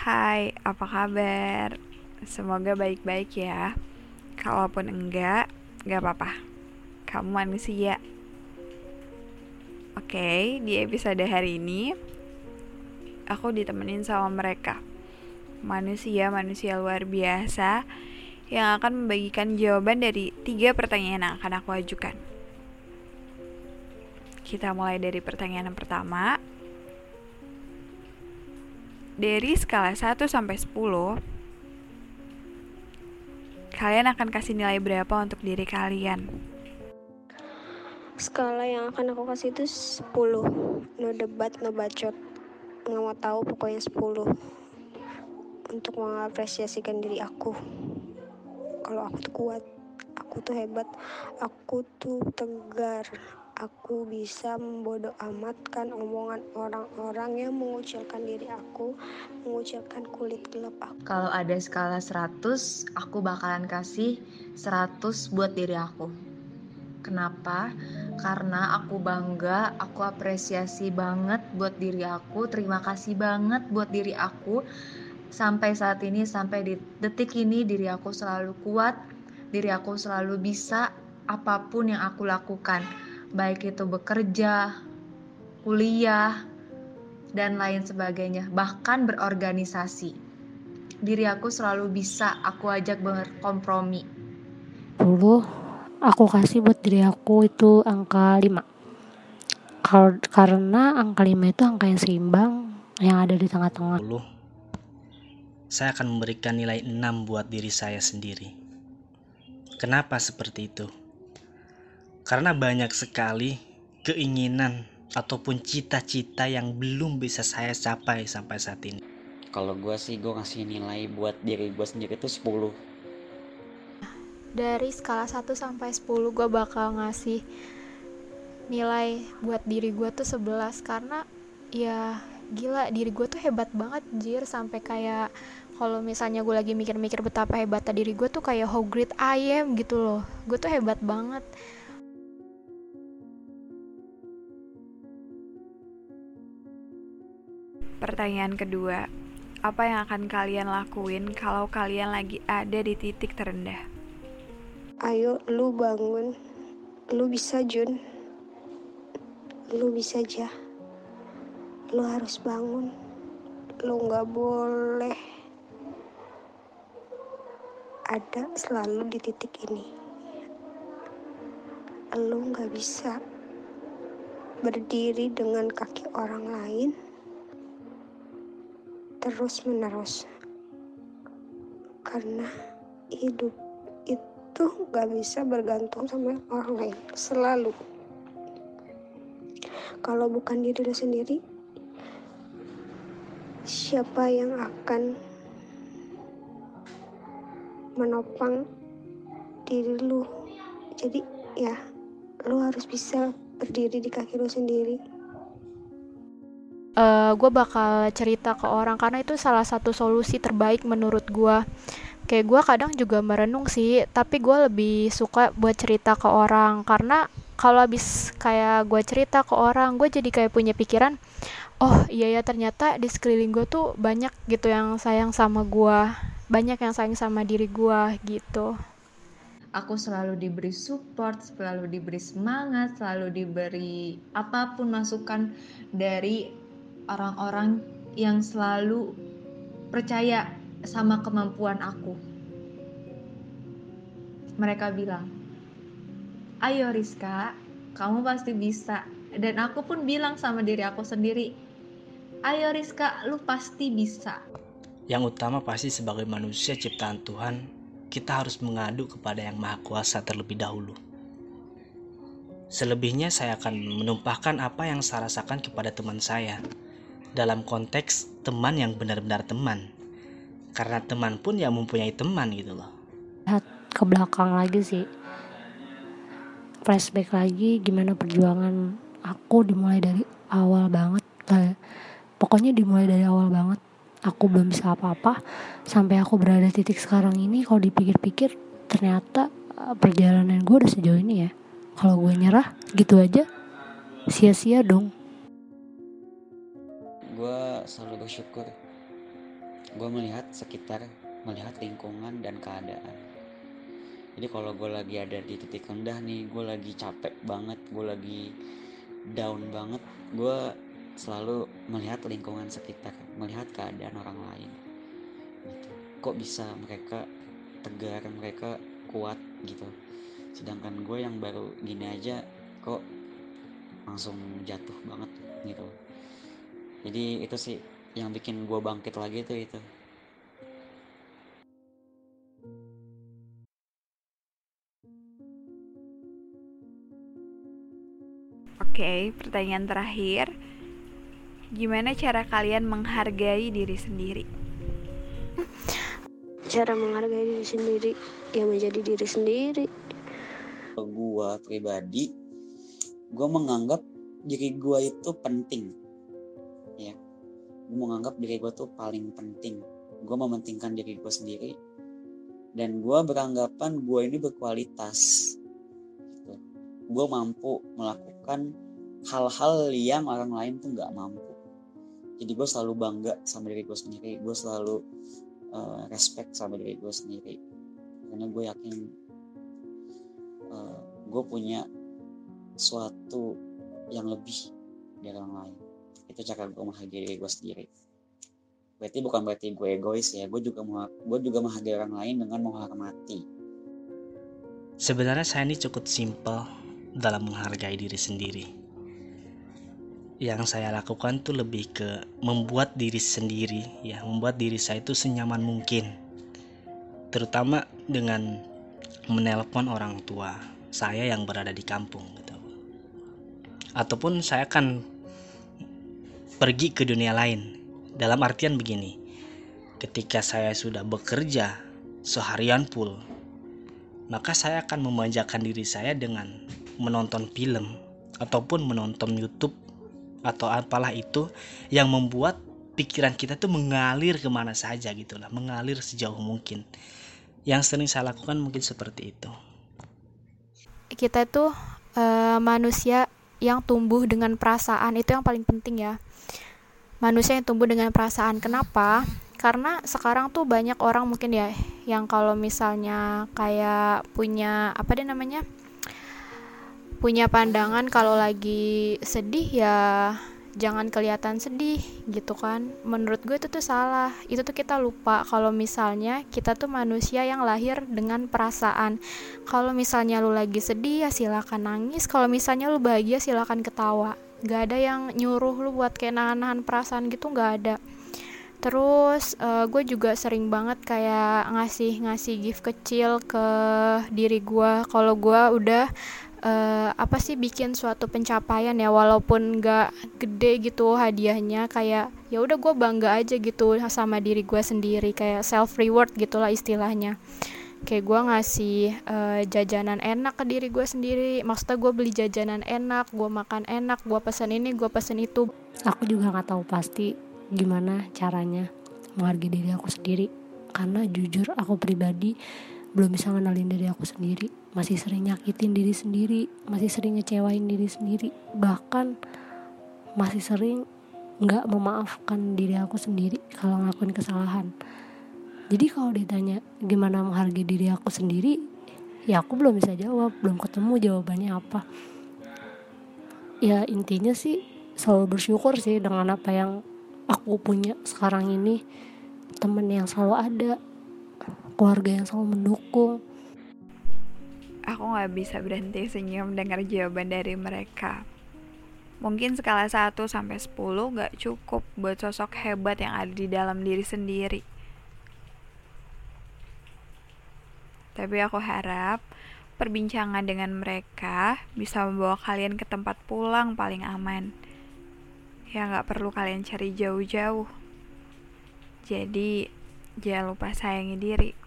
Hai, apa kabar? Semoga baik-baik ya. Kalaupun enggak, gak apa-apa. Kamu manusia. Oke, di episode hari ini aku ditemenin sama mereka. Manusia-manusia luar biasa yang akan membagikan jawaban dari 3 pertanyaan yang akan aku ajukan. Kita mulai dari pertanyaan yang pertama. Dari skala 1 sampai 10, kalian akan kasih nilai berapa untuk diri kalian? Skala yang akan aku kasih itu 10. No debat, no bacot. Nggak mau tahu, pokoknya 10. Untuk mengapresiasikan diri aku. Kalau aku tuh kuat, aku tuh hebat, aku tuh tegar, aku bisa membodoh amatkan omongan orang-orang yang mengucilkan diri aku, mengucilkan kulit gelap aku. Kalau ada skala 100, aku bakalan kasih 100 buat diri aku. Kenapa? Karena aku bangga, aku apresiasi banget buat diri aku, terima kasih banget buat diri aku. Sampai saat ini, sampai di detik ini, diri aku selalu kuat, diri aku selalu bisa apapun yang aku lakukan. Baik itu bekerja, kuliah, dan lain sebagainya, bahkan berorganisasi. Diri aku selalu bisa aku ajak berkompromi. 10 aku kasih buat diri aku itu angka 5. Karena angka 5 itu angka yang seimbang, yang ada di tengah-tengah. Saya akan memberikan nilai 6 buat diri saya sendiri. Kenapa seperti itu? Karena banyak sekali keinginan ataupun cita-cita yang belum bisa saya capai sampai saat ini. Kalau gue sih, gue ngasih nilai buat diri gue sendiri itu 10. Dari skala 1 sampai 10 gue bakal ngasih nilai buat diri gue tuh 11. Karena ya gila, diri gue tuh hebat banget jir. Sampai kayak kalau misalnya gue lagi mikir-mikir betapa hebatnya diri gue tuh kayak how great I am gitu loh. Gue tuh hebat banget. Pertanyaan kedua, apa yang akan kalian lakuin kalau kalian lagi ada di titik terendah? Ayo, lu bangun. Lu bisa, Jun. Lu bisa aja. Lu harus bangun. Lu gak boleh ada selalu di titik ini. Lu gak bisa berdiri dengan kaki orang lain terus menerus. Karena hidup itu gak bisa bergantung sama orang lain. Selalu. Kalau bukan diri lu sendiri, siapa yang akan menopang diri lu? Jadi ya, lu harus bisa berdiri di kaki lu sendiri. Gue bakal cerita ke orang karena itu salah satu solusi terbaik menurut gue. Kayak gue kadang juga merenung sih, tapi gue lebih suka buat cerita ke orang. Karena kalau abis kayak gue cerita ke orang, gue jadi kayak punya pikiran, oh iya ya, ternyata di sekeliling gue tuh banyak gitu yang sayang sama gue, banyak yang sayang sama diri gue gitu. Aku selalu diberi support, selalu diberi semangat, selalu diberi apapun masukan dari orang-orang yang selalu percaya sama kemampuan aku. Mereka bilang, ayo Rizka, kamu pasti bisa. Dan aku pun bilang sama diri aku sendiri, ayo Rizka, lu pasti bisa. Yang utama pasti sebagai manusia ciptaan Tuhan, kita harus mengadu kepada Yang Maha Kuasa terlebih dahulu. Selebihnya saya akan menumpahkan apa yang saya rasakan kepada teman saya, dalam konteks teman yang benar-benar teman. Karena teman pun ya mempunyai teman gitu loh. Lihat ke belakang lagi sih, flashback lagi gimana perjuangan aku dimulai dari awal banget. Pokoknya dimulai dari awal banget. Aku belum bisa apa-apa sampai aku berada di titik sekarang ini. Kalau dipikir-pikir ternyata perjalanan gue udah sejauh ini ya. Kalau gue nyerah gitu aja, sia-sia dong. Gue selalu bersyukur gue melihat sekitar, melihat lingkungan dan keadaan. Jadi kalau gue lagi ada di titik rendah nih, gue lagi capek banget, gue lagi down banget, gue selalu melihat lingkungan sekitar, melihat keadaan orang lain gitu. Kok bisa mereka tegar, mereka kuat gitu, sedangkan gue yang baru gini aja kok langsung jatuh banget gitu. Jadi itu sih yang bikin gue bangkit lagi tuh itu. Oke, pertanyaan terakhir. Gimana cara kalian menghargai diri sendiri? Cara menghargai diri sendiri, ya menjadi diri sendiri. Gue pribadi, gue menganggap diri gue itu penting, ya. Gue menganggap diri gue tuh paling penting. Gue mementingkan diri gue sendiri, dan gue beranggapan gue ini berkualitas. Gitu. Gue mampu melakukan hal-hal yang orang lain tuh nggak mampu. Jadi gue selalu bangga sama diri gue sendiri. Gue selalu respect sama diri gue sendiri, karena gue yakin gue punya sesuatu yang lebih dari orang lain. Itu cara gue menghargai diri gue sendiri. Bukan berarti gue egois ya. Gue juga menghargai orang lain dengan menghormati. Sebenarnya saya ini cukup simpel dalam menghargai diri sendiri. Yang saya lakukan tuh lebih ke membuat diri sendiri, ya, membuat diri saya itu senyaman mungkin. Terutama dengan menelpon orang tua saya yang berada di kampung gitu. Ataupun saya akan pergi ke dunia lain. Dalam artian begini, ketika saya sudah bekerja seharian full, maka saya akan memanjakan diri saya dengan menonton film ataupun menonton YouTube atau apalah itu yang membuat pikiran kita tuh mengalir kemana saja gitulah, mengalir sejauh mungkin. Yang sering saya lakukan mungkin seperti itu. Kita tuh manusia yang tumbuh dengan perasaan, itu yang paling penting ya. Manusia yang tumbuh dengan perasaan. Kenapa? Karena sekarang tuh banyak orang mungkin ya yang kalau misalnya kayak punya punya pandangan kalau lagi sedih ya jangan kelihatan sedih gitu kan. Menurut gue itu tuh salah. Itu tuh kita lupa kalau misalnya kita tuh manusia yang lahir dengan perasaan. Kalau misalnya lu lagi sedih ya silakan nangis, kalau misalnya lu bahagia silakan ketawa. Gak ada yang nyuruh lu buat kayak nahan-nahan perasaan gitu, gak ada. Terus gue juga sering banget kayak ngasih gift kecil ke diri gue kalau gue udah bikin suatu pencapaian ya, walaupun gak gede gitu hadiahnya, kayak ya udah gue bangga aja gitu sama diri gue sendiri, kayak self reward gitulah istilahnya. Kayak gue ngasih jajanan enak ke diri gue sendiri. Maksudnya gue beli jajanan enak, gue makan enak, gue pesen ini, gue pesen itu. Aku juga nggak tahu pasti gimana caranya menghargai diri aku sendiri, karena jujur aku pribadi belum bisa ngenalin diri aku sendiri. Masih sering nyakitin diri sendiri, masih sering ngecewain diri sendiri, bahkan masih sering nggak memaafkan diri aku sendiri kalau ngelakuin kesalahan. Jadi kalau ditanya gimana menghargai diri aku sendiri, ya aku belum bisa jawab, belum ketemu jawabannya apa. Ya intinya sih selalu bersyukur sih dengan apa yang aku punya sekarang ini. Temen yang selalu ada, keluarga yang selalu mendukung. Aku gak bisa berhenti senyum dengar jawaban dari mereka. Mungkin skala 1-10 gak cukup buat sosok hebat yang ada di dalam diri sendiri. Tapi aku harap perbincangan dengan mereka bisa membawa kalian ke tempat pulang paling aman. Ya gak perlu kalian cari jauh-jauh. Jadi jangan lupa sayangi diri.